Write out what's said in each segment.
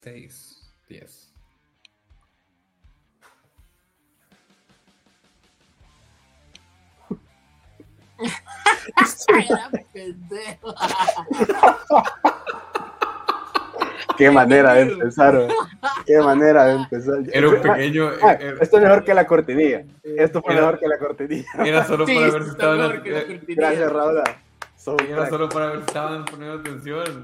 6, 10. Gran pendejo. Qué manera de empezar, güey. Qué manera de empezar. Era un pequeño. Esto es mejor que la cortinilla. Esto fue mejor que la cortinilla. Era solo Sí, para ver si está mejor estaban. que la cortinilla. Gracias, Raúl. Era solo para ver si estaban poniendo atención.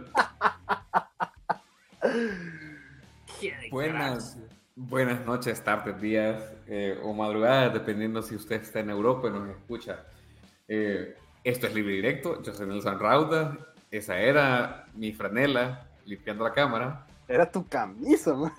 Buenas noches, tardes, días o madrugadas, dependiendo si usted está en Europa y nos escucha. Esto es Libre Directo. Yo soy Nelson Rauda. Esa era mi franela limpiando la cámara. Era tu camisa, man.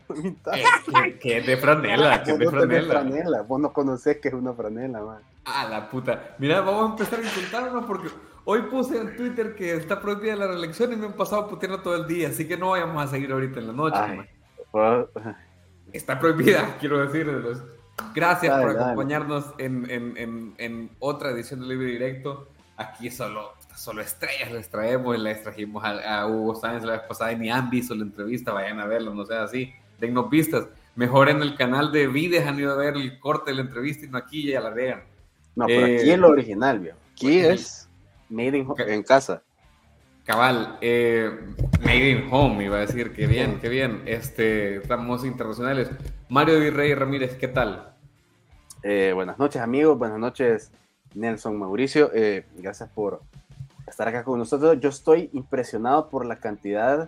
Que es de franela, que es de franela. Vos no conocés que es una franela, man. Ah, la puta. Mira, vamos a empezar a insultarnos porque hoy puse en Twitter que está prohibida la reelección y me han pasado puteando todo el día, así que no vayamos a seguir ahorita en la noche. Pues, está prohibida, quiero decir. Gracias por acompañarnos en otra edición de Libre Directo. Aquí solo estrellas les traemos. Les trajimos a Hugo Sáenz la vez pasada y ni han visto la entrevista. Vayan a verlo, no sea así. Dennos vistas. Mejor en el canal de Vides han ido a ver el corte de la entrevista y no aquí ya la vean. No, pero aquí es lo original, viejo. Aquí es made en casa. Cabal, made in home, iba a decir. Qué bien, qué bien. Estamos internacionales. Mario Virrey Ramírez, ¿qué tal? Buenas noches, amigos. Buenas noches, Nelson, Mauricio. Gracias por estar acá con nosotros. Yo estoy impresionado por la cantidad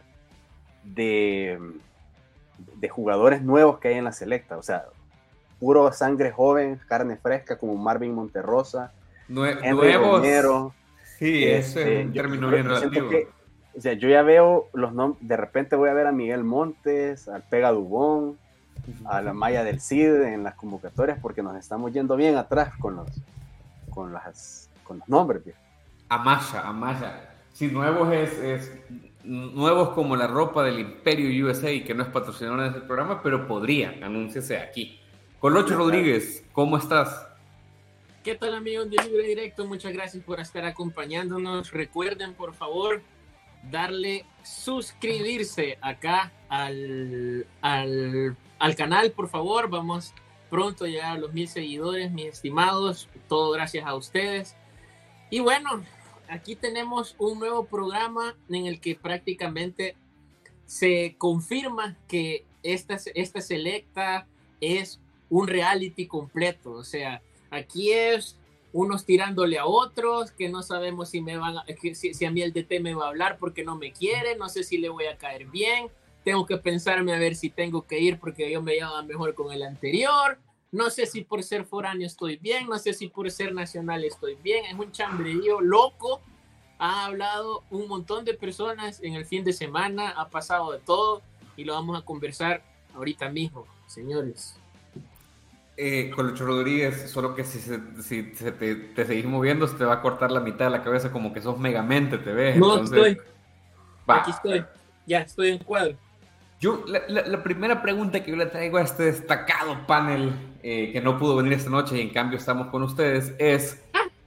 de jugadores nuevos que hay en la selecta. O sea, puro sangre joven, carne fresca, como Marvin Monterrosa, nuevos. Romero. Sí, eso es un término bien relativo. O sea, yo ya veo los nombres, de repente voy a ver a Miguel Montes, al Pega Dubón, a la Maya del Cid en las convocatorias, porque nos estamos yendo bien atrás con los nombres. Tío. Amaya. Sí, nuevos es nuevos como la ropa del Imperio USA, que no es patrocinador de ese programa, pero podría, anúnciese aquí. Colocho Rodríguez, ¿cómo estás? ¿Qué tal, amigos de Libre Directo? Muchas gracias por estar acompañándonos. Recuerden, por favor, darle suscribirse acá al canal, por favor. Vamos pronto a llegar a los 1000 seguidores, mis estimados. Todo gracias a ustedes. Y bueno, aquí tenemos un nuevo programa en el que prácticamente se confirma que esta selecta es un reality completo. O sea, aquí es unos tirándole a otros, que no sabemos si a mí el DT me va a hablar porque no me quiere, no sé si le voy a caer bien, tengo que pensarme a ver si tengo que ir porque yo me llevaba mejor con el anterior, no sé si por ser foráneo estoy bien, no sé si por ser nacional estoy bien, es un chambrerío loco. Ha hablado un montón de personas en el fin de semana, ha pasado de todo y lo vamos a conversar ahorita mismo, señores. Colocho Rodríguez, solo que si te seguís moviendo se te va a cortar la mitad de la cabeza, como que sos Megamente, te ves. No, entonces, aquí estoy, ya estoy en cuadro. Yo, la primera pregunta que yo le traigo a este destacado panel que no pudo venir esta noche y en cambio estamos con ustedes es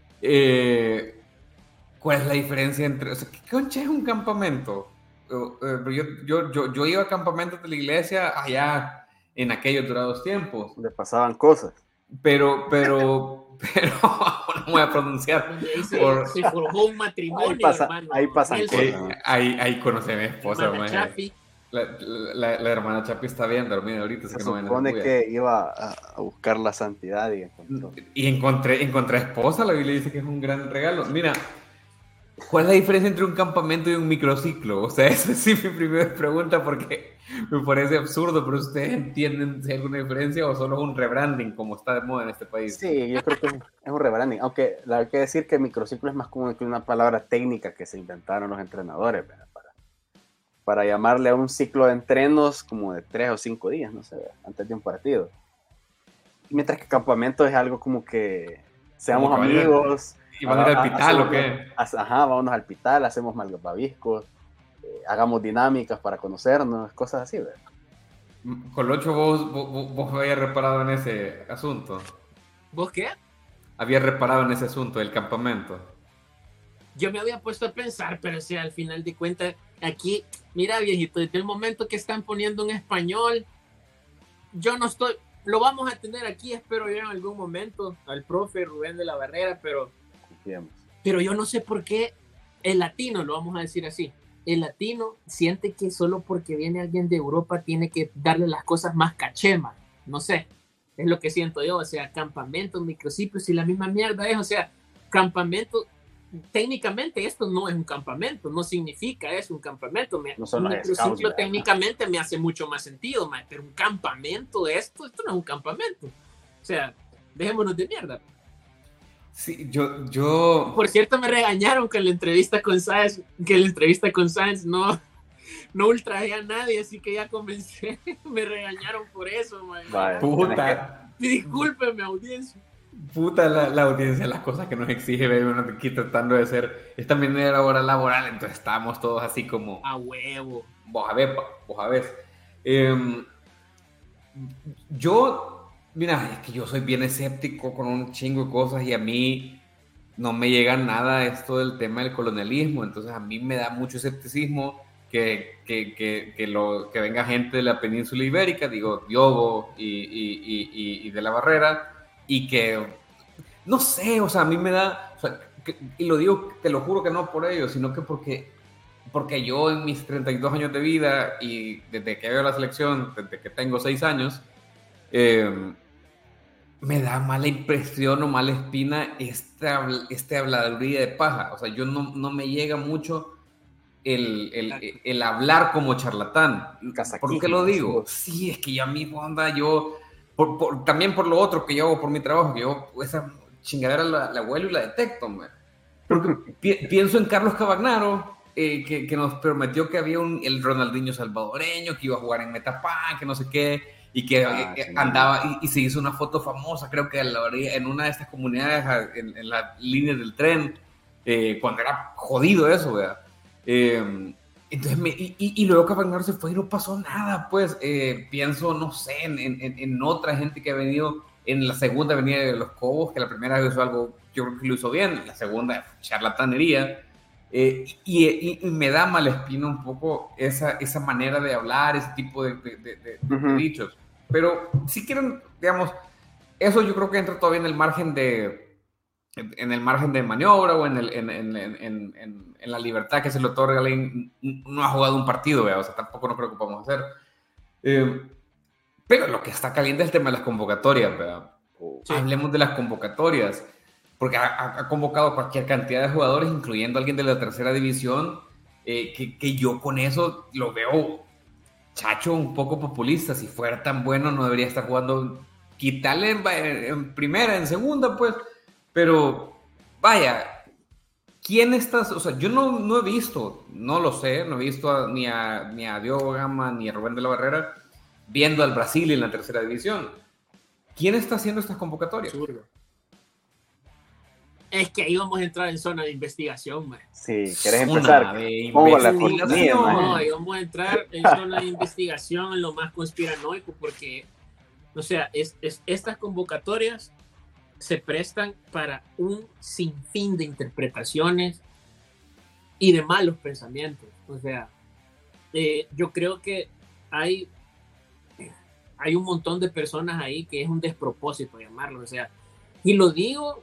¿cuál es la diferencia entre, o sea, qué concha es un campamento? Yo iba a campamentos de la iglesia allá en aquellos dorados tiempos. Le pasaban cosas. Pero no voy a pronunciar. Se forjó un matrimonio, hermano. Ahí pasan cosas. Ahí conocí a mi esposa. La hermana Chapi está bien dormida ahorita. Se supone que iba a buscar la santidad y encontró. Y encontré esposa. La Biblia dice que es un gran regalo. Mira, ¿cuál es la diferencia entre un campamento y un microciclo? O sea, esa sí es mi primera pregunta porque me parece absurdo, pero ¿ustedes entienden si hay alguna diferencia o solo es un rebranding como está de moda en este país? Sí, yo creo que es un rebranding, aunque hay que decir que microciclo es más como que una palabra técnica que se inventaron los entrenadores, ¿verdad? Para llamarle a un ciclo de entrenos como de 3 o 5 días, no sé, antes de un partido. Mientras que campamento es algo como que seamos amigos. ¿Y van a ir al Pital o qué? Ajá, vámonos al Pital, hacemos malvaviscos, hagamos dinámicas para conocernos, cosas así, ¿verdad? Colocho, vos habías reparado en ese asunto. ¿Vos qué? Habías reparado en ese asunto del campamento. Yo me había puesto a pensar, pero si al final de cuentas aquí, mira, viejito, desde el momento que están poniendo en español, yo no estoy, lo vamos a tener aquí, espero yo en algún momento, al profe Rubén de la Barrera, pero yo no sé por qué el latino, lo vamos a decir así, el latino siente que solo porque viene alguien de Europa tiene que darle las cosas más cachema, no sé, es lo que siento yo, o sea, campamentos, microciclos y la misma mierda es, o sea, campamento, técnicamente esto no es un campamento, no significa es un campamento, un microciclo técnicamente me hace mucho más sentido, pero un campamento, esto no es un campamento, o sea, dejémonos de mierda. Sí, yo... Por cierto, me regañaron que la entrevista con Sáenz no ultrajé a nadie, así que ya comencé. Me regañaron por eso, man. Vale, puta. Discúlpeme, audiencia. Puta la audiencia, las cosas que nos exige ver uno aquí tratando de ser. Es también era hora laboral, entonces estábamos todos así como. A huevo. Vos a ver. Yo. Mira, es que yo soy bien escéptico con un chingo de cosas y a mí no me llega nada esto del tema del colonialismo, entonces a mí me da mucho escepticismo que venga gente de la península ibérica, digo, Diogo y de la Barrera, y que, no sé, o sea, a mí me da, o sea, y lo digo, te lo juro que no por ello, sino que porque yo en mis 32 años de vida y desde que veo la selección, desde que tengo 6 años, me da mala impresión o mala espina este habladuría de paja. O sea, yo no me llega mucho el hablar como charlatán. ¿Por qué lo digo? Sí, es que ya mismo anda yo... también por lo otro que yo hago por mi trabajo, que yo esa chingadera la huelo y la detecto, man. Porque pienso en Carlos Cavagnaro, que nos prometió que había el Ronaldinho salvadoreño, que iba a jugar en Metapán, que no sé qué... Y que andaba y se hizo una foto famosa, creo que en una de estas comunidades, en la línea del tren, cuando era jodido eso, ¿verdad? Entonces, y luego Cavagnaro se fue y no pasó nada, pues. Pienso, no sé, en otra gente que ha venido en la segunda avenida de Los Cobos, que la primera vez hizo algo, yo creo que lo hizo bien, la segunda, charlatanería. Y me da mala espina un poco esa manera de hablar, ese tipo de dichos. Pero si quieren, digamos, eso yo creo que entra todavía en el margen de maniobra o en la libertad que se le otorga a alguien. No ha jugado un partido, ¿verdad? O sea, tampoco no creo que podamos hacer. Pero lo que está caliente es el tema de las convocatorias, ¿verdad? Sí. Hablemos de las convocatorias. Porque ha convocado cualquier cantidad de jugadores, incluyendo a alguien de la tercera división, que yo con eso lo veo, chacho, un poco populista. Si fuera tan bueno, no debería estar jugando, quitarle en primera, en segunda, pues. Pero, vaya, ¿quién estás? O sea, yo no he visto, no lo sé, no he visto ni a Diogo Gama ni a Rubén de la Barrera viendo al Brasil en la tercera división. ¿Quién está haciendo estas convocatorias? Absurdo. Es que ahí vamos a entrar en zona de investigación, man. Sí, ¿querés empezar? No, ahí vamos a entrar en zona de investigación, en lo más conspiranoico, porque, o sea, estas convocatorias se prestan para un sinfín de interpretaciones y de malos pensamientos. O sea, yo creo que hay un montón de personas ahí que es un despropósito llamarlo. O sea, y lo digo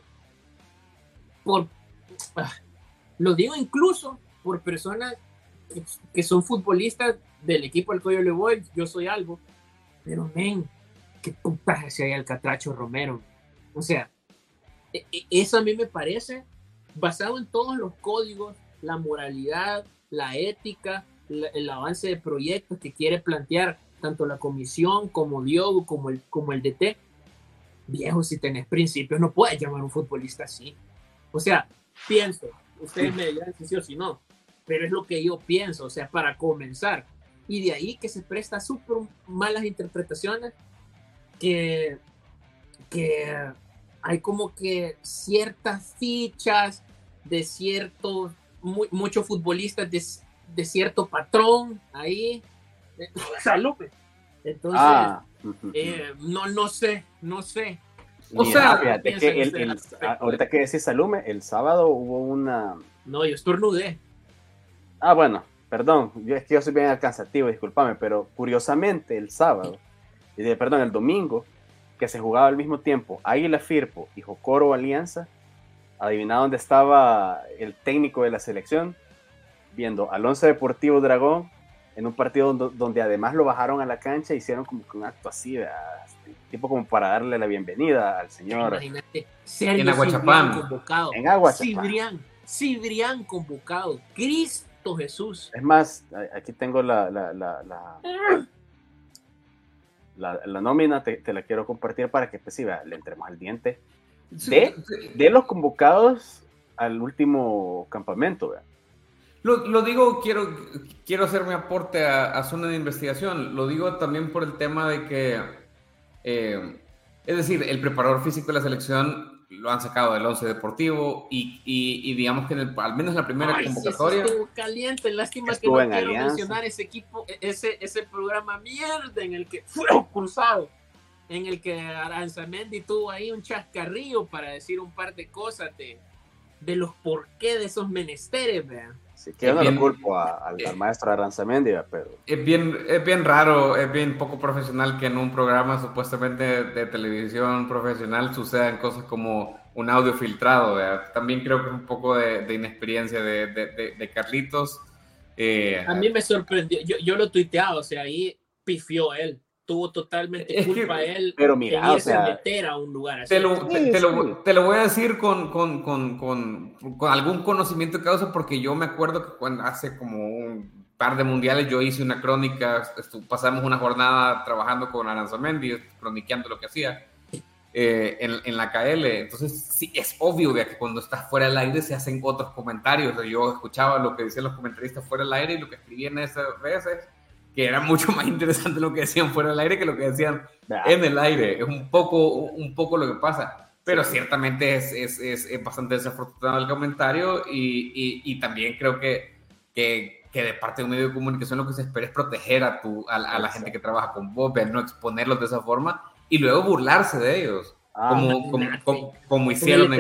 incluso por personas que son futbolistas del equipo al que yo le voy. Yo soy algo, pero qué puta se hay el Catracho Romero. O sea, eso a mí me parece basado en todos los códigos, la moralidad, la ética, el avance de proyectos que quiere plantear tanto la comisión como Diogo, como el DT. Viejo, si tenés principios, no puedes llamar a un futbolista así. O sea, pienso, ustedes me dirán si sí o si no, pero es lo que yo pienso, o sea, para comenzar. Y de ahí que se presta súper malas interpretaciones, que hay como que ciertas fichas de muchos futbolistas de cierto patrón ahí. Salud. Entonces, no sé. O sea, fíjate que ahorita que decís Salume, el sábado hubo una... No, yo estornudé. Bueno, perdón, es que yo soy bien alcanzativo, discúlpame, pero curiosamente el domingo, que se jugaba al mismo tiempo Águila Firpo y Jocoro Alianza, adivina dónde estaba el técnico de la selección, viendo al Once Deportivo Dragón en un partido donde además lo bajaron a la cancha, hicieron como que un acto así, tipo como para darle la bienvenida al señor. Imagínate, Sergio en Aguachapán convocado. En Aguachapán. Cibrián convocado. Cristo Jesús. Es más, aquí tengo la nómina, te la quiero compartir para que pues, sí, le entremos al diente de los convocados al último campamento. ¿Verdad? Lo digo, quiero hacer mi aporte a zona de investigación. Lo digo también por el tema de que, es decir, el preparador físico de la selección lo han sacado del Once Deportivo y digamos que al menos en la primera convocatoria. Sí, estuvo caliente, lástima que no quiero mencionar ese equipo, ese programa mierda en el que fue cruzado, en el que Aranzamendi tuvo ahí un chascarrillo para decir un par de cosas de los porqué de esos menesteres, vean. Sí, que yo no lo culpo al maestro Aranzamendi, pero... Es bien raro, es bien poco profesional que en un programa supuestamente de televisión profesional sucedan cosas como un audio filtrado, ¿verdad? También creo que es un poco de inexperiencia de Carlitos. A mí me sorprendió, yo lo tuiteaba, o sea, ahí pifió él. Tuvo totalmente culpa él, pero mira, o sea, meter a un lugar así. Te lo voy a decir con algún conocimiento de causa, porque yo me acuerdo que cuando hace como un par de mundiales yo hice una crónica, pasamos una jornada trabajando con Aranzamendi, croniqueando lo que hacía en la KL. Entonces sí, es obvio que cuando estás fuera del aire se hacen otros comentarios. Yo escuchaba lo que decían los comentaristas fuera del aire y lo que escribían esas veces, que era mucho más interesante lo que decían fuera del aire que lo que decían en el aire. Es un poco lo que pasa. Pero ciertamente es bastante desafortunado el comentario y también creo que de parte de un medio de comunicación lo que se espera es proteger a la gente que trabaja con vos, no exponerlos de esa forma y luego burlarse de ellos, como hicieron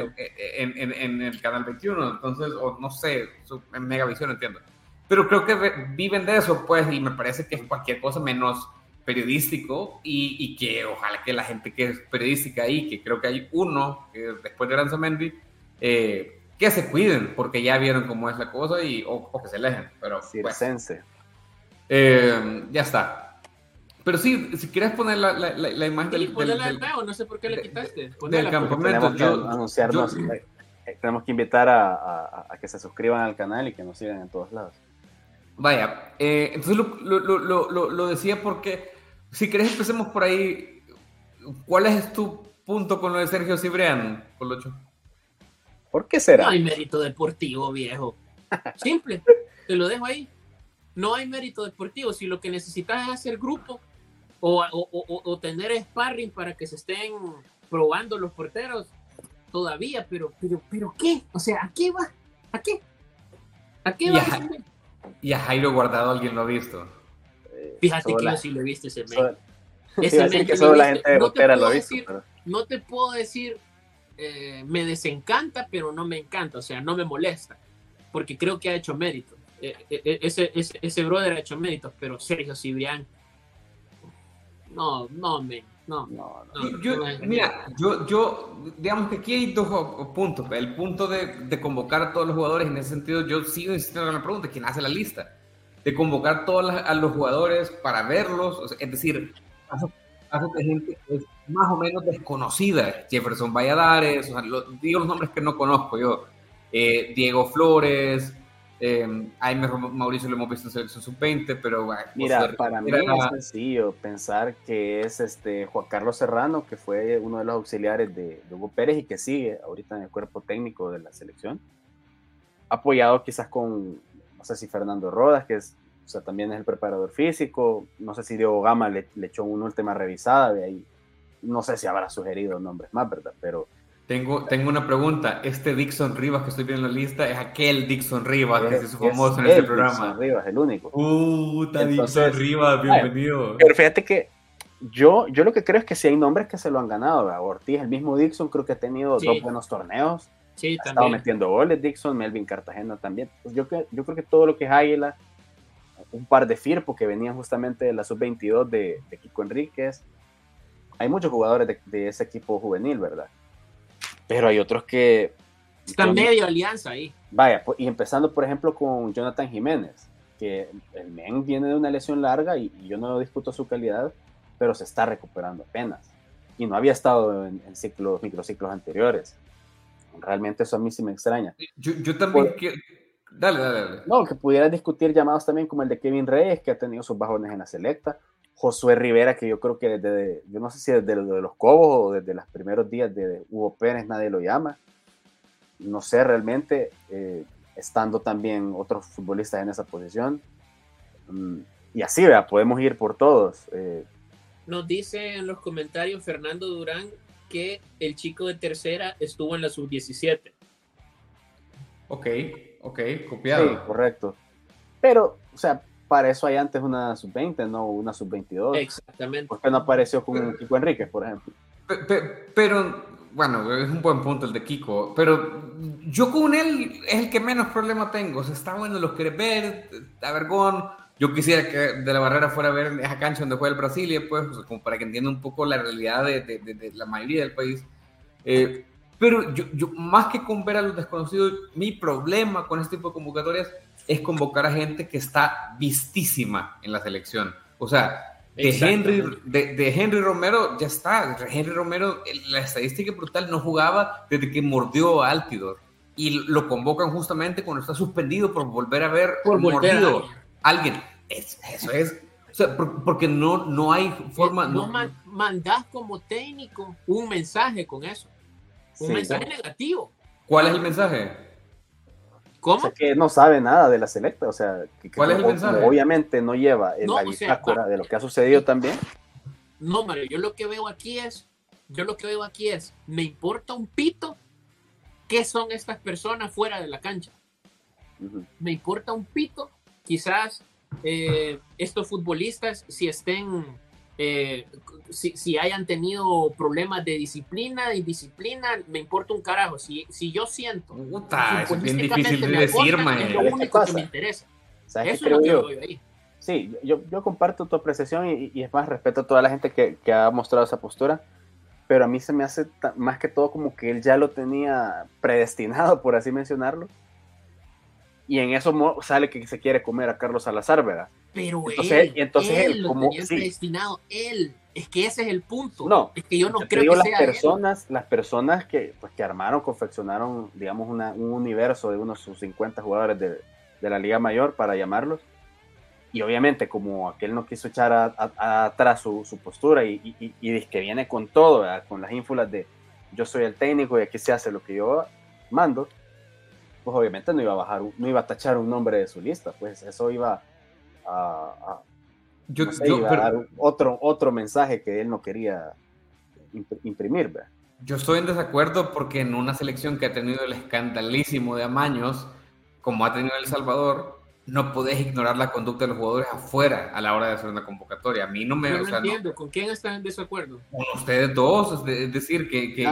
en el Canal 21. Entonces, o no sé, en Megavisión, entiendo. Pero creo que viven de eso, pues, y me parece que es cualquier cosa menos periodístico y que ojalá que la gente que es periodística ahí, que creo que hay uno, que después de Aranzamendi, que se cuiden, porque ya vieron cómo es la cosa o que se alejen. Pero, circense. Pues, ya está. Pero sí, si quieres poner la imagen del no sé por qué le quitaste. Del campamento. Tenemos que invitar a que se suscriban al canal y que nos sigan en todos lados. Vaya, entonces lo decía porque, si querés empecemos por ahí. ¿Cuál es tu punto con lo de Sergio Cibrián, Colocho? ¿Por qué será? No hay mérito deportivo, viejo. Simple, te lo dejo ahí. No hay mérito deportivo. Si lo que necesitas es hacer grupo o tener sparring para que se estén probando los porteros, todavía, pero ¿qué? O sea, ¿a qué va? ¿A qué? ¿A qué va? Y a Jairo Guardado, ¿alguien lo ha visto? Fíjate que yo sí lo he visto ese men. Ese men que solo la gente de Rotera lo ha visto. No te puedo decir, me desencanta, pero no me encanta, o sea, no me molesta, porque creo que ha hecho mérito. Ese brother ha hecho méritos, pero Sergio Cibrián, no. Mira, yo digamos que aquí hay dos puntos. El punto de convocar a todos los jugadores, en ese sentido, yo sigo insistiendo en la pregunta: ¿quién hace la lista? De convocar a los jugadores para verlos, o sea, es decir, caso de gente que es más o menos desconocida. Jefferson Valladares, o sea, digo los nombres que no conozco yo. Diego Flores, Mauricio lo hemos visto en selección sub-20, pero mira, para mí es sencillo pensar que es Juan Carlos Serrano, que fue uno de los auxiliares de Hugo Pérez y que sigue ahorita en el cuerpo técnico de la selección, apoyado quizás con, no sé si Fernando Rodas, que también es el preparador físico, no sé si Diego Gama le echó una última revisada de ahí, no sé si habrá sugerido nombres más, ¿verdad? Pero Tengo una pregunta. Este Dixon Rivas que estoy viendo en la lista es aquel Dixon Rivas que se hizo famoso en este programa. Dixon Rivas, el único. Dixon Rivas, bienvenido. Pero fíjate que yo lo que creo es que sí hay nombres que se lo han ganado, ¿verdad? Ortiz, el mismo Dixon, creo que ha tenido 2 buenos torneos. Sí, ha estado metiendo goles Dixon, Melvin Cartagena también. Pues yo creo que todo lo que es Águila, un par de Firpo que venían justamente de la sub-22 de Kiko Enríquez. Hay muchos jugadores de ese equipo juvenil, ¿verdad? Pero hay otros que... Está medio alianza ahí. Vaya, y empezando por ejemplo con Jonathan Jiménez, que el men viene de una lesión larga y yo no discuto su calidad, pero se está recuperando apenas. Y no había estado en microciclos anteriores. Realmente eso a mí sí me extraña. Yo también quiero... Dale. No, que pudieras discutir llamados también como el de Kevin Reyes, que ha tenido sus bajones en la selecta. Josué Rivera, que yo creo que yo no sé si desde los Cobos o desde los primeros días de Hugo Pérez nadie lo llama. No sé realmente, estando también otros futbolistas en esa posición. Y así, ¿verdad? Podemos ir por todos. Nos dice en los comentarios Fernando Durán que el chico de tercera estuvo en la sub-17. Ok, copiado. Sí, correcto. Pero, o sea, para eso hay antes una sub-20, no una sub-22. Exactamente. ¿Por qué no apareció con Kiko Enríquez, por ejemplo? Pero, bueno, es un buen punto el de Kiko, pero yo con él es el que menos problema tengo. O sea, está bueno, los querés ver, está vergón. Yo quisiera que de la Barrera fuera a ver esa cancha donde juega el Brasilia, pues, o sea, como para que entienda un poco la realidad de la mayoría del país. Pero yo, más que con ver a los desconocidos, mi problema con este tipo de convocatorias es convocar a gente que está vistísima en la selección. O sea, de Henry Romero ya está. Henry Romero, la estadística brutal, no jugaba desde que mordió a Altidor. Y lo convocan justamente cuando está suspendido por volver a ver mordido a alguien. Eso es. O sea, porque no hay forma. No mandás como técnico un mensaje con eso. Un mensaje negativo. ¿Cuál es el mensaje? ¿Cómo? O sea, que no sabe nada de la selecta, o sea, ¿cuál es el mensaje? Obviamente no lleva la bitácora de lo que ha sucedido también. No, Mario, yo lo que veo aquí es, me importa un pito qué son estas personas fuera de la cancha. Me importa un pito, quizás estos futbolistas si estén, si hayan tenido problemas de disciplina, me importa un carajo. Si yo siento, es bien difícil de decir, man. Es lo único que me interesa. ¿Sabes Eso es lo que veo ahí. Sí, yo comparto tu apreciación y es más, respeto a toda la gente que ha mostrado esa postura, pero a mí se me hace más que todo como que él ya lo tenía predestinado, por así mencionarlo, y en eso sale que se quiere comer a Carlos Salazar, ¿verdad? Pero entonces él lo como tenía predestinado, es que ese es el punto. No, es que yo no creo que sea las personas que armaron, confeccionaron, digamos, un universo de unos 50 jugadores de la Liga Mayor, para llamarlos, y obviamente como aquel no quiso echar atrás su postura y que viene con todo, ¿verdad? Con las ínfulas de yo soy el técnico y aquí se hace lo que yo mando, pues obviamente no iba a tachar un nombre de su lista, pues eso iba a dar otro mensaje que él no quería imprimir, ¿verdad? Yo estoy en desacuerdo porque en una selección que ha tenido el escandalísimo de amaños, como ha tenido El Salvador, no podés ignorar la conducta de los jugadores afuera a la hora de hacer una convocatoria. A mí no me... Yo no entiendo, ¿con quién están en desacuerdo? Con ustedes dos, es decir,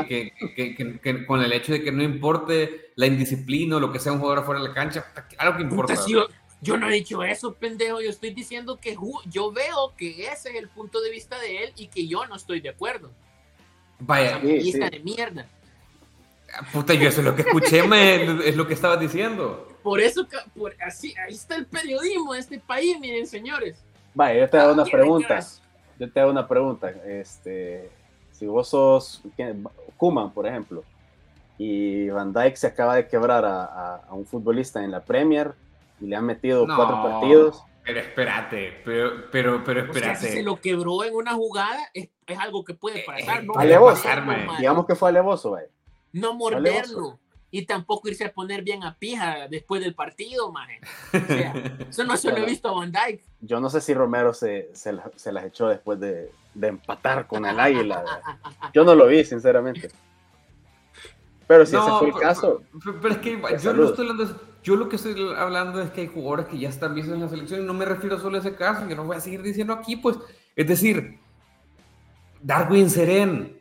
que con el hecho de que no importe la indisciplina o lo que sea un jugador afuera de la cancha, claro que importa. Yo no he dicho eso, pendejo. Yo estoy diciendo que yo veo que ese es el punto de vista de él y que yo no estoy de acuerdo. Vaya. Lista de mierda. Puta, yo eso es lo que escuché, es lo que estabas diciendo. Por eso, así, ahí está el periodismo de este país, miren, señores. Vaya, yo te hago una pregunta. Si vos sos Koeman, por ejemplo, y Van Dijk se acaba de quebrar a un futbolista en la Premier y le han metido 4 partidos. Pero espérate, pero espérate. O sea, si se lo quebró en una jugada, es algo que puede pasar. Digamos que fue alevoso, vaya. No morderlo. Y tampoco irse a poner bien a pija después del partido, maje. O sea, eso no se lo he visto a Van Dijk. Yo no sé si Romero se las echó después de empatar con el Águila. Yo no lo vi, sinceramente. Pero si ese fue el caso. Pero es que yo no estoy hablando de eso. Yo lo que estoy hablando es que hay jugadores que ya están vistos en la selección y no me refiero solo a ese caso, que no voy a seguir diciendo aquí, pues. Es decir, Darwin Serén.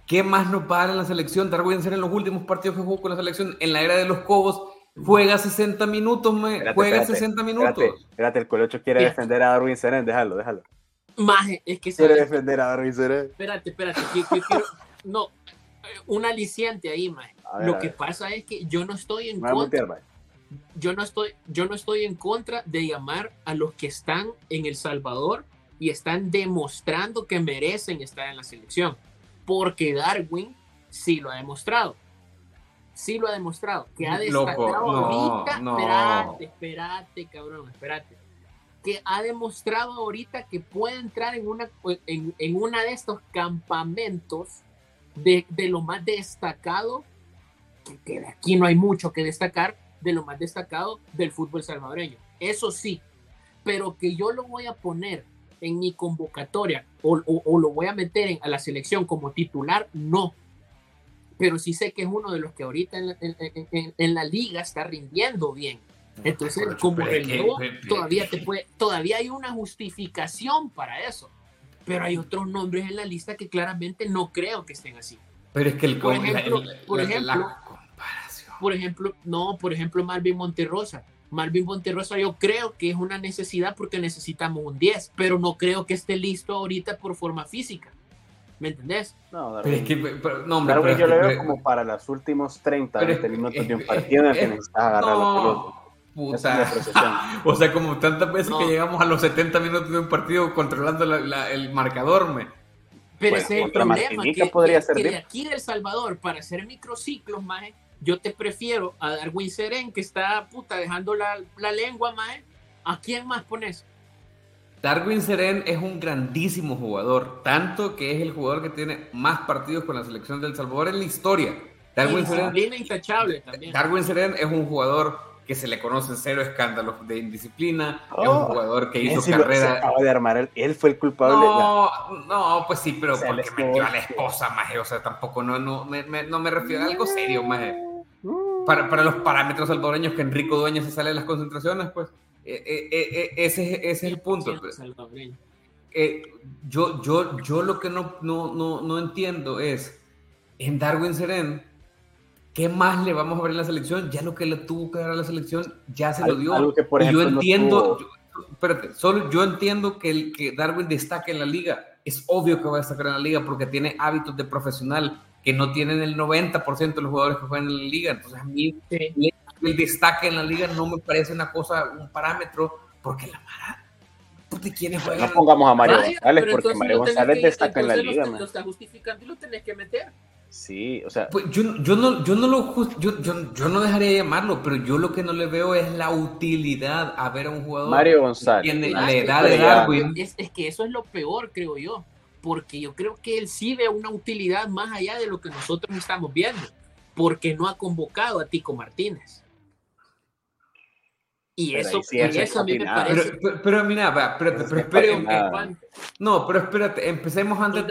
¿qué más nos va a dar en la selección? Darwin Cerén en los últimos partidos que jugó con la selección en la era de los Cobos juega 60 minutos, juega 60 minutos. Espérate, el Colocho quiere defender a Darwin Cerén, déjalo. Maje, es que quiere defender a Darwin Cerén. Espérate, quiero... No, un aliciente ahí, maje. Lo que pasa es que yo no estoy en contra. Yo no estoy en contra de llamar a los que están en El Salvador y están demostrando que merecen estar en la selección, porque Darwin sí lo ha demostrado. Sí lo ha demostrado, que ha destacado ahorita. Espérate, cabrón, espérate. Que ha demostrado ahorita que puede entrar en una de estos campamentos de lo más destacado, que de aquí no hay mucho que destacar, de lo más destacado del fútbol salvadoreño. Eso sí, pero que yo lo voy a poner en mi convocatoria o lo voy a meter a la selección como titular, no. Pero sí sé que es uno de los que ahorita en la liga está rindiendo bien. Entonces, como reloj, todavía hay una justificación para eso. Pero hay otros nombres en la lista que claramente no creo que estén así. Pero es que por ejemplo, Marvin Monterrosa. Marvin Monterrosa yo creo que es una necesidad porque necesitamos un 10, pero no creo que esté listo ahorita por forma física. ¿Me entendés? No, Darwin, Darwin yo lo veo como para los últimos 30, 20 minutos de un partido en el que necesitas agarrar la pelota. Puta. O sea, como tantas veces que llegamos a los 70 minutos de un partido controlando el marcador, Pero ese es el problema, que de aquí de El Salvador, para hacer microciclos, maje, yo te prefiero a Darwin Cerén, que está dejando la lengua, maje. ¿A quién más pones? Darwin Cerén es un grandísimo jugador, tanto que es el jugador que tiene más partidos con la selección de El Salvador en la historia. Darwin Cerén, intachable también. Darwin Cerén es un jugador que se le conocen cero escándalos de indisciplina, es un jugador que hizo carrera. Acaba de armar, él fue el culpable. No, pues sí, pero porque metió a la esposa, maje, o sea, tampoco no me refiero a algo serio, maje. Para los parámetros salvadoreños que Enrico Dueñas se sale de las concentraciones, pues ese es el punto. Yo lo que no entiendo es en Darwin Cerén, ¿qué más le vamos a ver en la selección? Ya lo que le tuvo que dar a la selección ya se lo dio. Algo que, por ejemplo, yo entiendo, yo entiendo que Darwin destaque en la liga. Es obvio que va a destacar en la liga porque tiene hábitos de profesional que no tienen el 90% de los jugadores que juegan en la liga. Entonces a mí el destaque en la liga no me parece un parámetro, porque la Mara, ¿de quiénes juegan? No pongamos a Mario González, porque Mario González destaca en la liga. Lo está justificando y lo tenés que meter. Sí, o sea, pues yo no dejaría llamarlo, pero yo lo que no le veo es la utilidad a ver a un jugador Mario González que tiene la edad de Darwin. Es que eso es lo peor, creo yo, porque yo creo que él sí ve una utilidad más allá de lo que nosotros estamos viendo, porque no ha convocado a Tico Martínez. Y eso a mí me parece. Pero mira, pero espérate, empecemos antes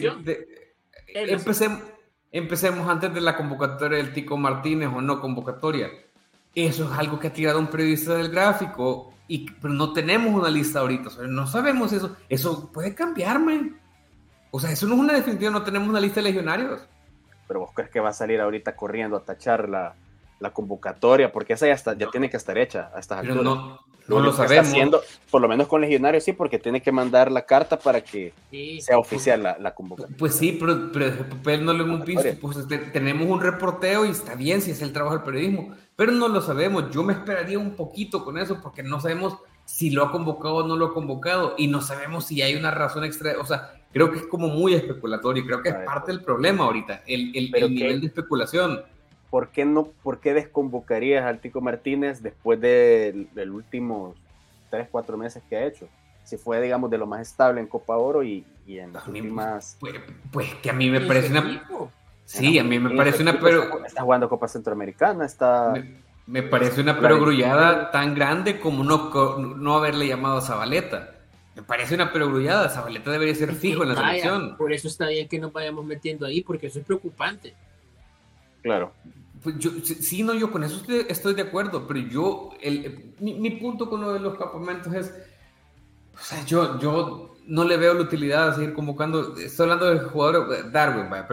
Empecemos antes de la convocatoria del Tico Martínez o no convocatoria. Eso es algo que ha tirado un periodista del Gráfico, pero no tenemos una lista ahorita. O sea, no sabemos eso. Eso puede cambiarme. O sea, eso no es una definitiva, no tenemos una lista de legionarios. Pero vos crees que va a salir ahorita corriendo a tachar la convocatoria, porque esa ya tiene que estar hecha a estas alturas. No lo sabemos. Haciendo, por lo menos con legionarios sí, porque tiene que mandar la carta para que sea oficial la convocatoria. Pues sí, pero el papel no lo hemos visto. Pues tenemos un reporteo y está bien si es el trabajo del periodismo, pero no lo sabemos. Yo me esperaría un poquito con eso, porque no sabemos si lo ha convocado o no lo ha convocado, y no sabemos si hay una razón extra. O sea, creo que es como muy especulatorio, creo que es parte del problema ahorita, el nivel de especulación. ¿Por qué desconvocarías al Tico Martínez después del últimos 3-4 meses que ha hecho? Si fue, digamos, de lo más estable en Copa Oro y en las últimas... Pues que a mí me parece una... Sí, a mí me parece una... Pero está jugando Copa Centroamericana, está... Me parece una perogrullada tan grande como no haberle llamado a Zabaleta. Me parece una perogrullada. Zabaleta debería ser fijo en la selección. Por eso está bien que nos vayamos metiendo ahí, porque eso es preocupante. Claro. Pues yo con eso estoy de acuerdo, pero mi punto con lo de los campamentos es, o sea, yo no le veo la utilidad a seguir convocando. Estoy hablando del jugador Darwin, pero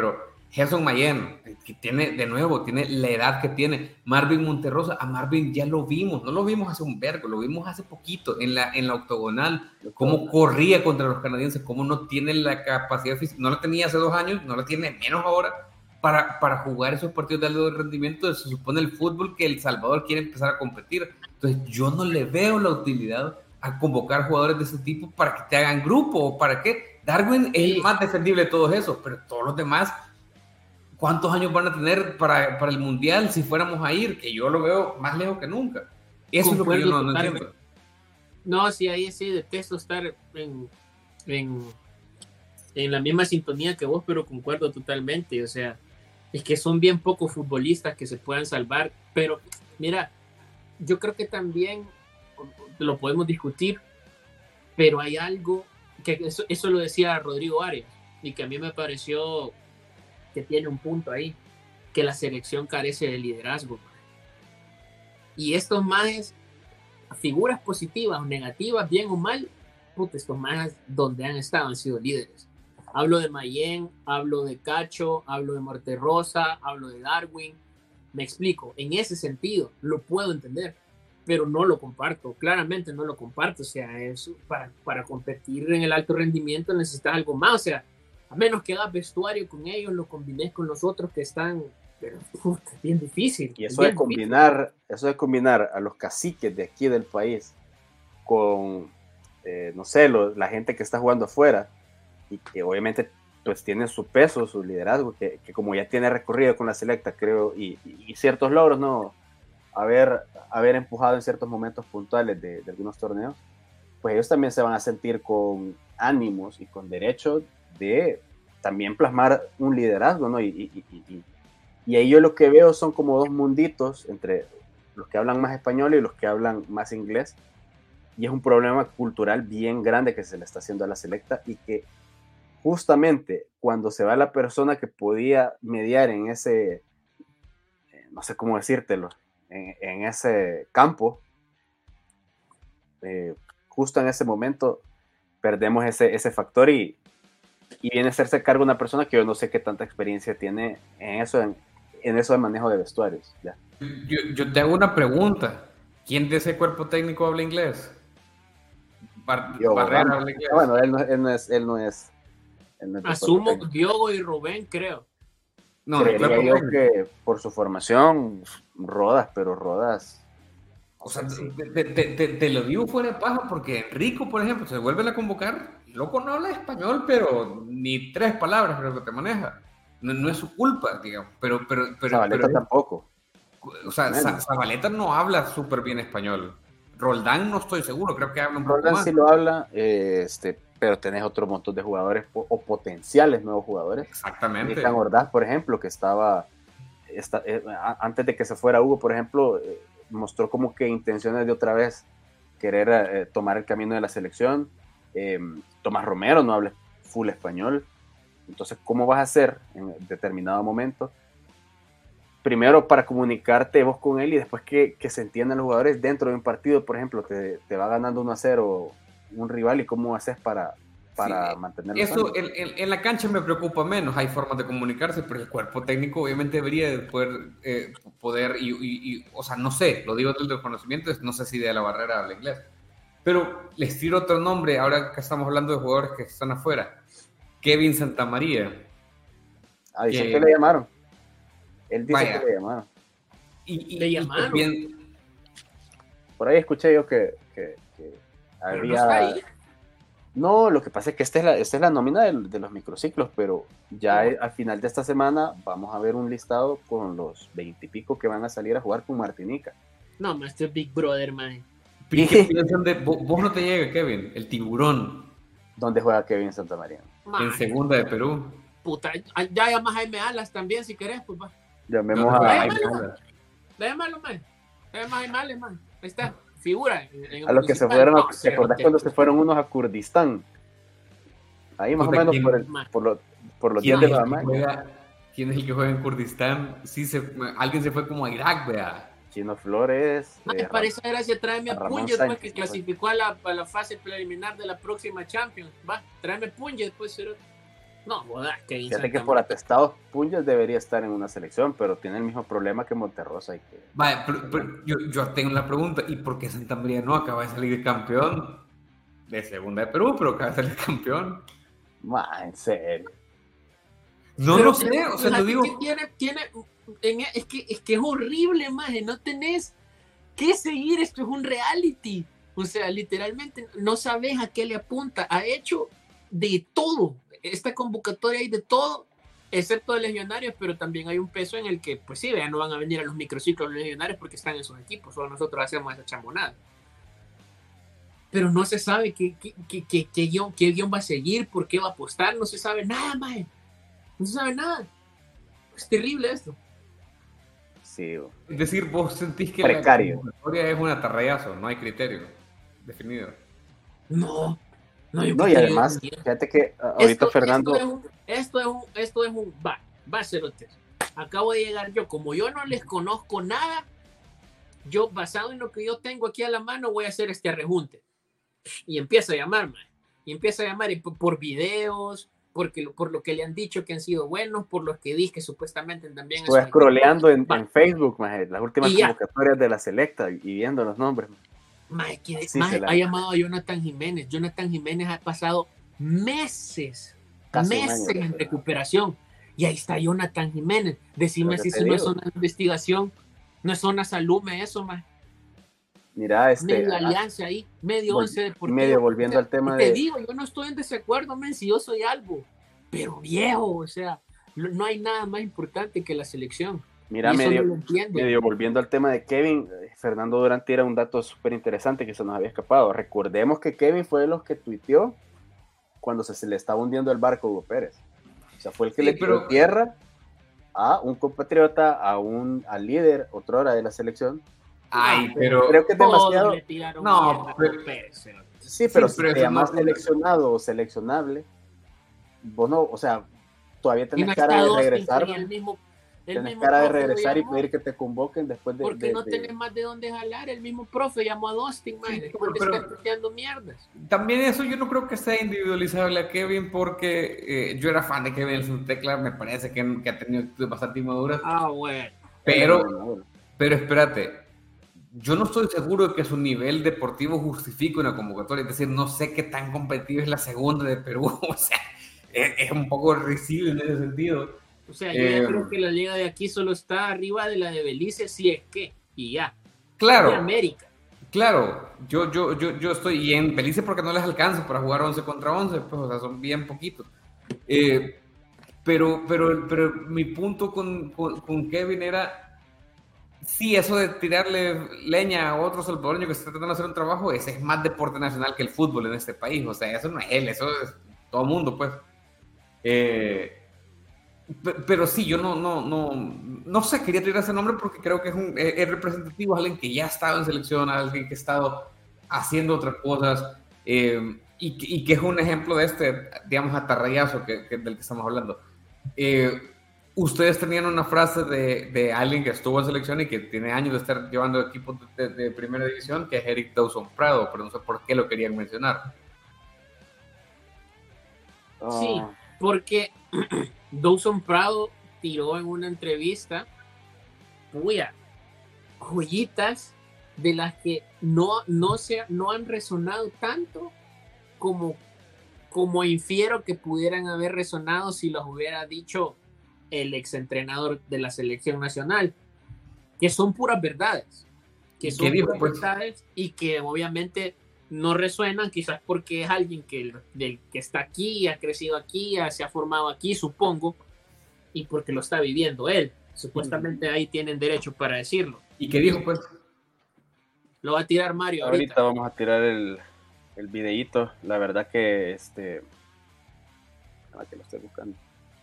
Gerson Mayén, que tiene, de nuevo, tiene la edad que tiene. Marvin Monterrosa, a Marvin ya lo vimos, no lo vimos hace un vergo, lo vimos hace poquito en la octogonal, cómo corría contra los canadienses, cómo no tiene la capacidad física, no la tenía hace 2 años, no la tiene menos ahora, para jugar esos partidos de alto rendimiento. Se supone el fútbol que El Salvador quiere empezar a competir. Entonces yo no le veo la utilidad a convocar jugadores de ese tipo para que te hagan grupo, o para qué. Darwin es el más defendible de todos esos, pero todos los demás, ¿cuántos años van a tener para el Mundial si fuéramos a ir? Que yo lo veo más lejos que nunca. Eso es lo que yo no entiendo. No, sí, ahí sí detesto estar en la misma sintonía que vos, pero concuerdo totalmente. O sea, es que son bien pocos futbolistas que se puedan salvar. Pero, mira, yo creo que también lo podemos discutir, pero hay algo que eso lo decía Rodrigo Arias, y que a mí me pareció que tiene un punto ahí, que la selección carece de liderazgo. Y estos majes, figuras positivas o negativas, bien o mal, estos majes donde han estado han sido líderes. Hablo de Mayén, hablo de Cacho, hablo de Monterrosa, hablo de Darwin. Me explico, en ese sentido lo puedo entender, pero no lo comparto, claramente no lo comparto. O sea, eso, para competir en el alto rendimiento necesitas algo más. O sea, a menos que hagas vestuario con ellos, lo combines con los otros que están, pero es bien difícil. Y eso de combinar a los caciques de aquí del país con, no sé, la gente que está jugando afuera, y que obviamente pues tiene su peso, su liderazgo, que como ya tiene recorrido con la selecta, creo, y ciertos logros, ¿no? Haber empujado en ciertos momentos puntuales de algunos torneos, pues ellos también se van a sentir con ánimos y con derecho de también plasmar un liderazgo, ¿no? Y ahí yo lo que veo son como 2 munditos entre los que hablan más español y los que hablan más inglés, y es un problema cultural bien grande que se le está haciendo a la selecta, y que justamente cuando se va la persona que podía mediar en ese, no sé cómo decírtelo, en ese campo, justo en ese momento perdemos ese factor, y viene a hacerse cargo una persona que yo no sé qué tanta experiencia tiene en eso de manejo de vestuarios. ¿Ya? Yo te hago una pregunta. ¿Quién de ese cuerpo técnico habla inglés? Barrera habla inglés. Bueno, él no es asumo Diogo y Rubén, creo. No, creería yo que por su formación, Rodas. O sea, te lo digo fuera de paja, porque Enrico, por ejemplo, se vuelve a convocar, loco, no habla español, pero ni 3 palabras creo que te maneja. No es su culpa, digamos, pero Zabaleta tampoco. O sea, Zabaleta no habla súper bien español. Roldán no estoy seguro, creo que habla un poco Roldán más. sí lo habla, pero tenés otro montón de jugadores o potenciales nuevos jugadores. Exactamente. Nican Ordaz, por ejemplo, que antes de que se fuera Hugo, por ejemplo, mostró como que intenciones de otra vez querer tomar el camino de la selección. Tomás Romero no habla full español. Entonces, ¿cómo vas a hacer en determinado momento? Primero para comunicarte vos con él, y después que se entiendan los jugadores dentro de un partido. Por ejemplo, te va ganando 1-0 un rival, y cómo haces para mantenerlo. Eso en la cancha me preocupa menos. Hay formas de comunicarse, pero el cuerpo técnico obviamente debería de poder o sea, no sé, lo digo del desconocimiento, no sé si de la Barrera habla inglés, pero les tiro otro nombre ahora que estamos hablando de jugadores que están afuera. Kevin Santamaría. Dicen que le llamaron. Él dice que le llamaron. ¿Le llamaron? Por ahí escuché yo que había... No, lo que pasa es que esta es la nómina de los microciclos, pero ya al final de esta semana vamos a ver un listado con los 20 y pico que van a salir a jugar con Martinica. No, Master Big Brother, man. Vos no te llega, Kevin, el tiburón. ¿Dónde juega Kevin Santamaría? En segunda de Perú. Puta, ya llamas a Jaime Alas también, si querés, pues va. Llamemos a Jaime Alas. Llámalo, man. Llama a Jaime Alas, man. Ahí está, figura. A los que se fueron, ¿te acordás cuando se fueron unos a Kurdistán? Ahí más o menos por los días de la mañana. ¿Quién es el que juega en Kurdistán? Sí, alguien se fue como a Irak, vea. Chino Flores. Para esa gracia, tráeme a Punje después que clasificó a la fase preliminar de la próxima Champions. Va, tráeme Punje después. No, joda, Kevin Fíjate Santa que por María. atestados Puyas debería estar en una selección, pero tiene el mismo problema que Monterrosa. Vaya, pero yo tengo la pregunta, ¿y por qué Santa María no acaba de salir campeón de segunda de Perú, pero acaba de salir campeón? En serio. No Pero lo sé, o sea, lo fíjate que digo. es que es horrible, maje, no tenés que seguir, esto es un reality. O sea, literalmente no sabes a qué le apunta. Ha hecho de todo. Esta convocatoria hay de todo, excepto de legionarios, pero también hay un peso en el que, pues sí, ya no van a venir a los microciclos los legionarios porque están en sus equipos, solo nosotros hacemos esa chambonada. Pero no se sabe qué guión va a seguir, por qué va a apostar, no se sabe nada, maje. No se sabe nada. Es terrible esto. Sí, Es decir, vos sentís que precario. la convocatoria es un atarrayazo, no hay criterio definido. No, no hay un No, y criterio además, definido. fíjate que ahorita Fernando. Esto es un va a ser otro. Acabo de llegar yo, como yo no les conozco nada, yo basado en lo que yo tengo aquí a la mano voy a hacer este arrejunte. Y empieza a llamarme. Y empieza a llamar por videos, por lo que le han dicho que han sido buenos, por los que dije que supuestamente también Estuve es scrolleando en Facebook, maje, las últimas y ya. convocatorias de la selecta y viendo los nombres. Maje, Sí, se la- ha llamado a Jonathan Jiménez. Jonathan Jiménez ha pasado meses Casi un año, en ¿verdad? recuperación. Y ahí está Jonathan Jiménez. Decime Lo que si te eso no es digo. una investigación, no es una salume eso, más. Mira, Medio alianza ahí, medio once deportivo. medio volviendo al tema y te de. digo, yo no estoy en desacuerdo, men, si yo soy algo, pero viejo, o sea, no hay nada más importante que la selección. Mira, y eso medio, no lo entiende. medio volviendo al tema de Kevin, Fernando Durán tira un dato súper interesante que se nos había escapado. Recordemos que Kevin fue de los que tuiteó cuando se le estaba hundiendo el barco a Hugo Pérez. O sea, fue el que Sí, le tiró pero- tierra a un compatriota, al líder, otrora de la selección. Ay, pero. Creo que es Todos demasiado. le tiraron No, mierda a pero- Pérez, Sí, pero Sí, si pero te eso llamas no- seleccionado o seleccionable, vos no, o sea, todavía Y tenés no cara está de Dustin, regresar, y el mismo tenés cara de profe lo regresar y llamó. pedir que te convoquen después de. Porque no tenés más de dónde jalar. El mismo profe llamó a Dustin, Sí, después de pero- estar tuiteando mierdas. También eso yo no creo que sea individualizable a Kevin porque yo era fan de Kevin en su tecla, me parece que ha tenido actitudes bastante inmaduras, Bueno. pero espérate, yo no estoy seguro de que su nivel deportivo justifique una convocatoria, es decir, no sé qué tan competitiva es la segunda de Perú, o sea, es un poco risible en ese sentido. O sea, yo ya creo que la liga de aquí solo está arriba de la de Belice, si es que, y ya. Claro. De América. Claro, yo estoy, y en Belice porque no les alcanzo para jugar 11 contra 11, pues, o sea, son bien poquitos. Pero mi punto con Kevin era, sí, eso de tirarle leña a otro salvadoreño que está tratando de hacer un trabajo, ese es más deporte nacional que el fútbol en este país, o sea, eso no es él, eso es todo el mundo, pues. Pero sí, yo no sé, quería tirar ese nombre porque creo que es representativo, alguien que ya ha estado en selección, alguien que ha estado haciendo otras cosas, y que es un ejemplo de este, digamos, atarrayazo del que estamos hablando. Ustedes tenían una frase de alguien que estuvo en selección y que tiene años de estar llevando equipos de primera división, que es Eric Dawson Prado, pero no sé por qué lo querían mencionar. Sí, porque Dawson Prado tiró en una entrevista joyitas de las que no han resonado tanto como infiero que pudieran haber resonado si los hubiera dicho el exentrenador de la selección nacional, que son puras verdades, verdades y que obviamente no resuenan, quizás porque es alguien que está aquí, ha crecido aquí, se ha formado aquí, supongo, y porque lo está viviendo él. Supuestamente ahí tienen derecho para decirlo. ¿Y qué dijo, pues? Lo va a tirar Mario ahorita. Vamos a tirar el videíto. La verdad que que lo estoy buscando.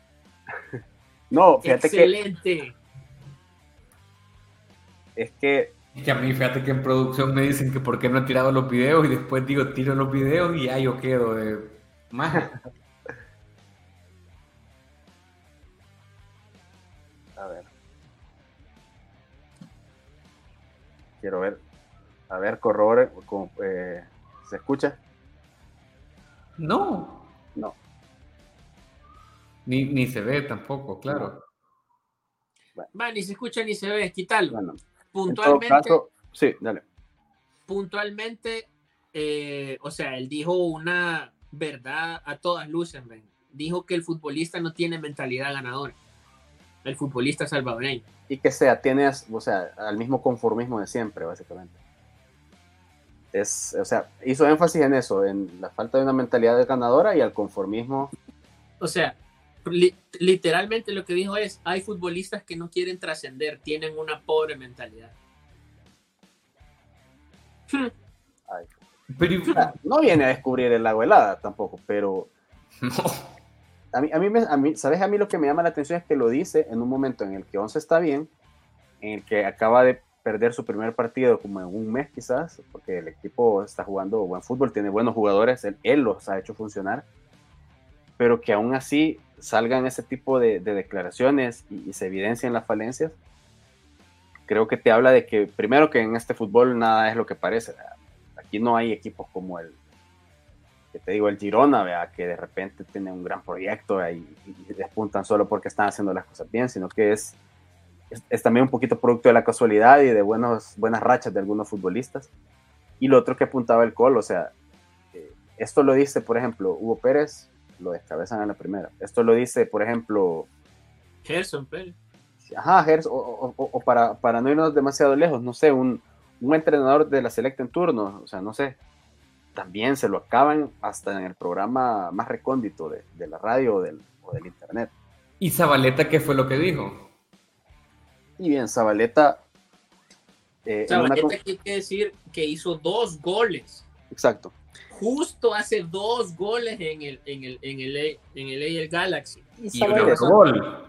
No, fíjate excelente. Es que a mí, fíjate que en producción me dicen que por qué no he tirado los videos y después digo, tiro los videos y ya yo quedo de más. A ver. Quiero ver. A ver, corrobore. ¿Se escucha? No. Ni se ve tampoco, claro. No. Bueno. Va, ni se escucha ni se ve, quítalo. Bueno, puntualmente, en todo caso, sí, dale. Puntualmente, o sea, él dijo una verdad a todas luces, man. Dijo que el futbolista no tiene mentalidad ganadora. El futbolista salvadoreño. Y que sea, tienes, o sea, al mismo conformismo de siempre, básicamente. O sea, hizo énfasis en eso, en la falta de una mentalidad ganadora y al conformismo. O sea, literalmente lo que dijo es, hay futbolistas que no quieren trascender, tienen una pobre mentalidad. Ay. Pero, o sea, no viene a descubrir el lago helada tampoco, pero no. a mí, ¿sabes? A mí lo que me llama la atención es que lo dice en un momento en el que Once está bien, en el que acaba de perder su primer partido como en un mes quizás, porque el equipo está jugando buen fútbol, tiene buenos jugadores, él los ha hecho funcionar, pero que aún así salgan ese tipo de declaraciones y se evidencien las falencias. Creo que te habla de que, primero, que en este fútbol nada es lo que parece. Aquí no hay equipos como el Girona, ¿verdad? Que de repente tiene un gran proyecto y despuntan solo porque están haciendo las cosas bien, sino que es también un poquito producto de la casualidad y de buenas rachas de algunos futbolistas. Y lo otro que apuntaba el Col, o sea, esto lo dice, por ejemplo, Hugo Pérez, lo descabezan en la primera. Esto lo dice, por ejemplo, Gerson Pérez. Ajá, o para no irnos demasiado lejos, no sé, un entrenador de la selecta en turno, o sea, no sé, también se lo acaban hasta en el programa más recóndito de la radio o del internet. ¿Y Zabaleta qué fue lo que dijo? Y bien, Zabaleta... Zabaleta hay que decir que hizo 2 goles. Exacto. Justo hace 2 goles en el Galaxy. Y un gol.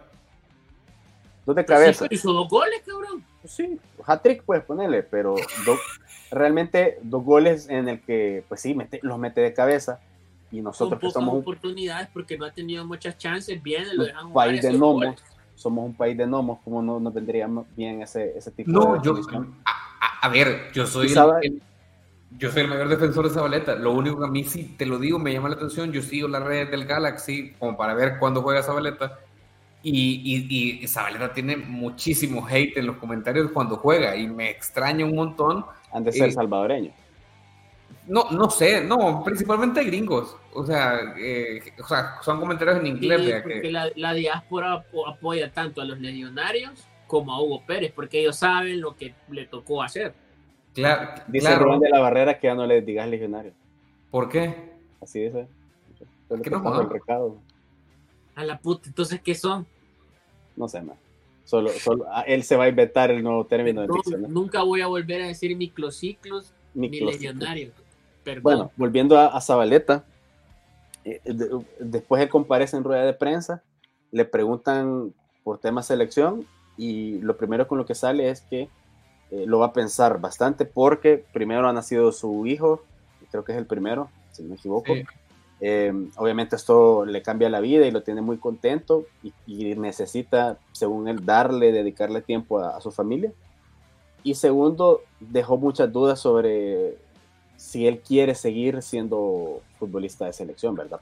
2 de cabeza. Sí, hizo 2 goles, cabrón. Sí, hat-trick puedes ponerle, pero realmente 2 goles en el que, pues sí, los mete de cabeza. Y nosotros con que somos oportunidades porque no ha tenido muchas chances, bien, lo dejan un jugar país de gnomos, somos un país de gnomos, ¿cómo no nos vendría bien ese tipo de definición? A ver, yo soy el mayor defensor de Zabaleta. Lo único que a mí, sí te lo digo, me llama la atención. Yo sigo las redes del Galaxy como para ver cuándo juega Zabaleta. Y Zabaleta tiene muchísimo hate en los comentarios cuando juega y me extraña un montón. Han de ser salvadoreños. No sé, no, principalmente gringos. O sea, son comentarios en inglés. Sí, porque la diáspora apoya tanto a los legionarios como a Hugo Pérez, porque ellos saben lo que le tocó hacer. Claro. Dice Rubén de la Barrera que ya no le digas legionario. ¿Por qué? Así dice. ¿Qué no jodas? El recado. A la puta, entonces, ¿qué son? No sé, man. Solo él se va a inventar el nuevo término del diccionario. Nunca voy a volver a decir microciclos ni legionarios. Perdón. Bueno, volviendo a Zabaleta, después él comparece en rueda de prensa, le preguntan por tema selección y lo primero con lo que sale es que lo va a pensar bastante porque primero ha nacido su hijo, creo que es el primero, si no me equivoco. Sí. Obviamente esto le cambia la vida y lo tiene muy contento y necesita, según él, dedicarle tiempo a su familia. Y segundo, dejó muchas dudas sobre si él quiere seguir siendo futbolista de selección, ¿verdad?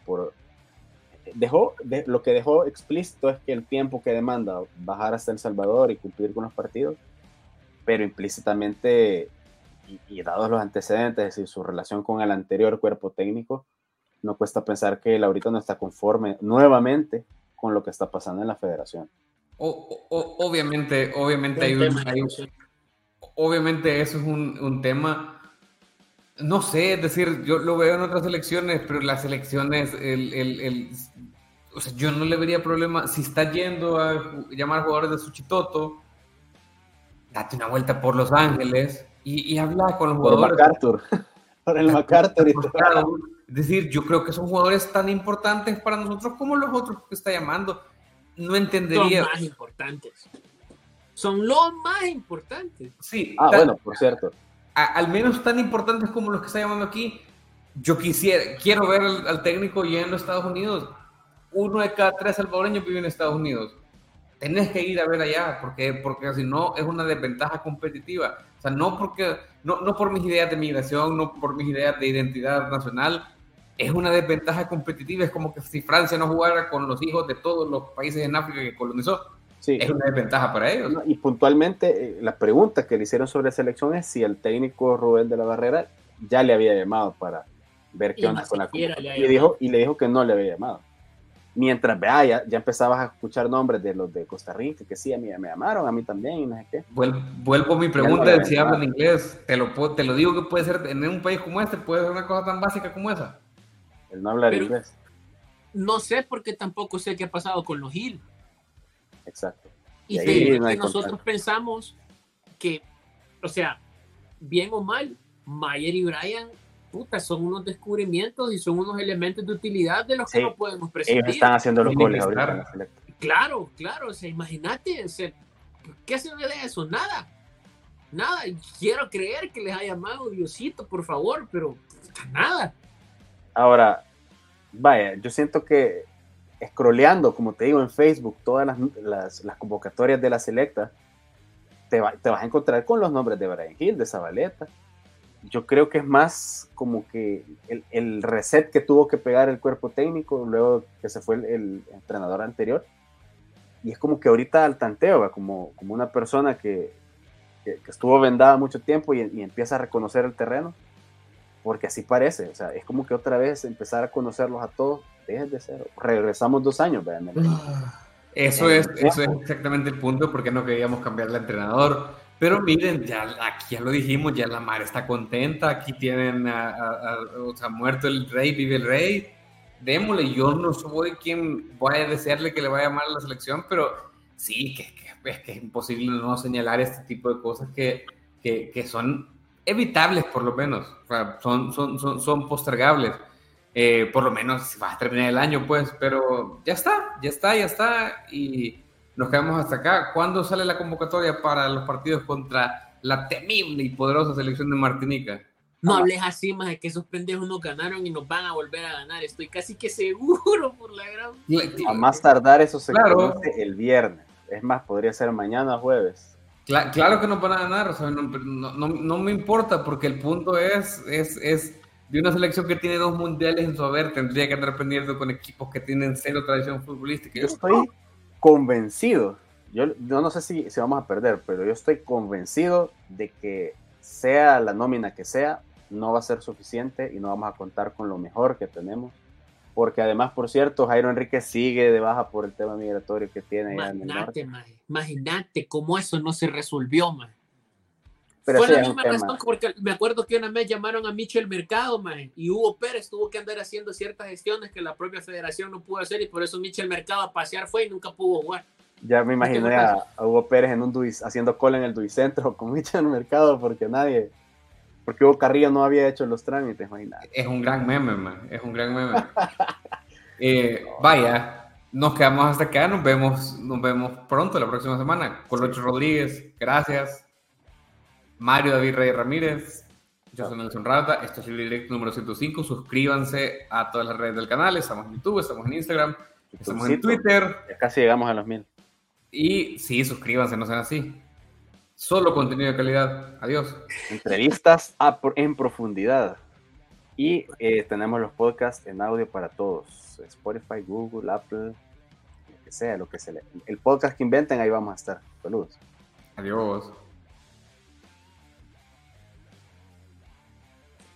Lo que dejó explícito es que el tiempo que demanda bajar hasta El Salvador y cumplir con los partidos, pero implícitamente, y dados los antecedentes, es decir, su relación con el anterior cuerpo técnico, no cuesta pensar que él ahorita no está conforme nuevamente con lo que está pasando en la federación. Obviamente eso es un tema. No sé, es decir, yo lo veo en otras selecciones, pero las selecciones, o sea, yo no le vería problema. Si está yendo a llamar jugadores de Suchitoto, date una vuelta por Los Ángeles y habla con los jugadores. Por el MacArthur. Es decir, yo creo que son jugadores tan importantes para nosotros como los otros que está llamando. No entendería. Son más importantes. Son los más importantes. Sí. Bueno, por cierto. Al menos tan importantes como los que está llamando aquí. Yo quiero ver al técnico yendo a Estados Unidos. 1 de cada 3 salvadoreños vive en Estados Unidos. Tenés que ir a ver allá, porque si no es una desventaja competitiva. O sea, no por mis ideas de migración, no por mis ideas de identidad nacional, es una desventaja competitiva. Es como que si Francia no jugara con los hijos de todos los países en África que colonizó, sí, es una desventaja para ellos. Y puntualmente, la pregunta que le hicieron sobre selección es si el técnico Rubén de la Barrera ya le había llamado para ver qué onda con la convocatoria. Y le dijo que no le había llamado. Mientras ya empezabas a escuchar nombres de los de Costa Rica, que sí, a mí me llamaron, a mí también, y no sé qué. Vuelvo a mi pregunta de si hablan inglés. Te lo digo que puede ser, en un país como este, puede ser una cosa tan básica como esa. El no hablar inglés. No sé, porque tampoco sé qué ha pasado con los Gil. Exacto. Y que nosotros pensamos que, o sea, bien o mal, Mayer y Brian, son unos descubrimientos y son unos elementos de utilidad de los que no podemos prescindir. Ellos están haciendo los goles ahorita en la selecta. Claro, o sea, imagínate, ¿qué se ve de eso? Nada, y quiero creer que les ha llamado Diosito, por favor, pero nada. Ahora, vaya, yo siento que scrolleando, como te digo, en Facebook, todas las convocatorias de la selecta, te vas a encontrar con los nombres de Brian Hill, de Zabaleta. Yo creo que es más como que el reset que tuvo que pegar el cuerpo técnico luego que se fue el entrenador anterior, y es como que ahorita al tanteo, como una persona que estuvo vendada mucho tiempo y empieza a reconocer el terreno, porque así parece, o sea, es como que otra vez empezar a conocerlos a todos desde cero. Regresamos 2 años, vean. Eso es exactamente el punto, porque no queríamos cambiar de entrenador. Pero miren, aquí ya lo dijimos, ya la mar está contenta, aquí tienen o sea, muerto el rey, vive el rey, démosle. Yo no soy quien vaya a desearle que le vaya mal a la selección, pero sí, que es imposible no señalar este tipo de cosas que son evitables, por lo menos, o sea, son postergables, por lo menos si vas a terminar el año, pues, pero ya está, y nos quedamos hasta acá. ¿Cuándo sale la convocatoria para los partidos contra la temible y poderosa selección de Martinica? No hables así, más de que esos pendejos nos ganaron y nos van a volver a ganar. Estoy casi que seguro por la gran... A más tardar eso se conoce el viernes. Es más, podría ser mañana jueves. Claro que nos van a ganar, o sea, no me importa, porque el punto es de una selección que tiene 2 mundiales en su haber, tendría que andar pendiente con equipos que tienen 0 tradición futbolística. Yo estoy convencido, yo no sé si vamos a perder, pero yo estoy convencido de que sea la nómina que sea, no va a ser suficiente y no vamos a contar con lo mejor que tenemos, porque además, por cierto, Jairo Enríquez sigue de baja por el tema migratorio que tiene allá en el norte. Imagínate cómo eso no se resolvió, man. Pero fue la misma razón, porque me acuerdo que una vez llamaron a Michel Mercado, man, y Hugo Pérez tuvo que andar haciendo ciertas gestiones que la propia federación no pudo hacer, y por eso Michel Mercado a pasear fue y nunca pudo jugar. Ya me imaginé a Hugo Pérez haciendo cola en el Duicentro con Michel Mercado, porque Hugo Carrillo no había hecho los trámites, imagínate. Es un gran meme, man, es un gran meme. Vaya, nos quedamos hasta acá, nos vemos pronto la próxima semana. Colocho Rodríguez, gracias. Mario David Rey Ramírez, yo soy Nelson Rata, esto es el directo número 105. Suscríbanse a todas las redes del canal, estamos en YouTube, estamos en Instagram, estamos en Twitter. Ya casi llegamos a los 1000. Y sí, suscríbanse, no sean así. Solo contenido de calidad. Adiós. Entrevistas en profundidad. Y tenemos los podcasts en audio para todos. Spotify, Google, Apple, lo que sea. El podcast que inventen, ahí vamos a estar. Saludos. Adiós.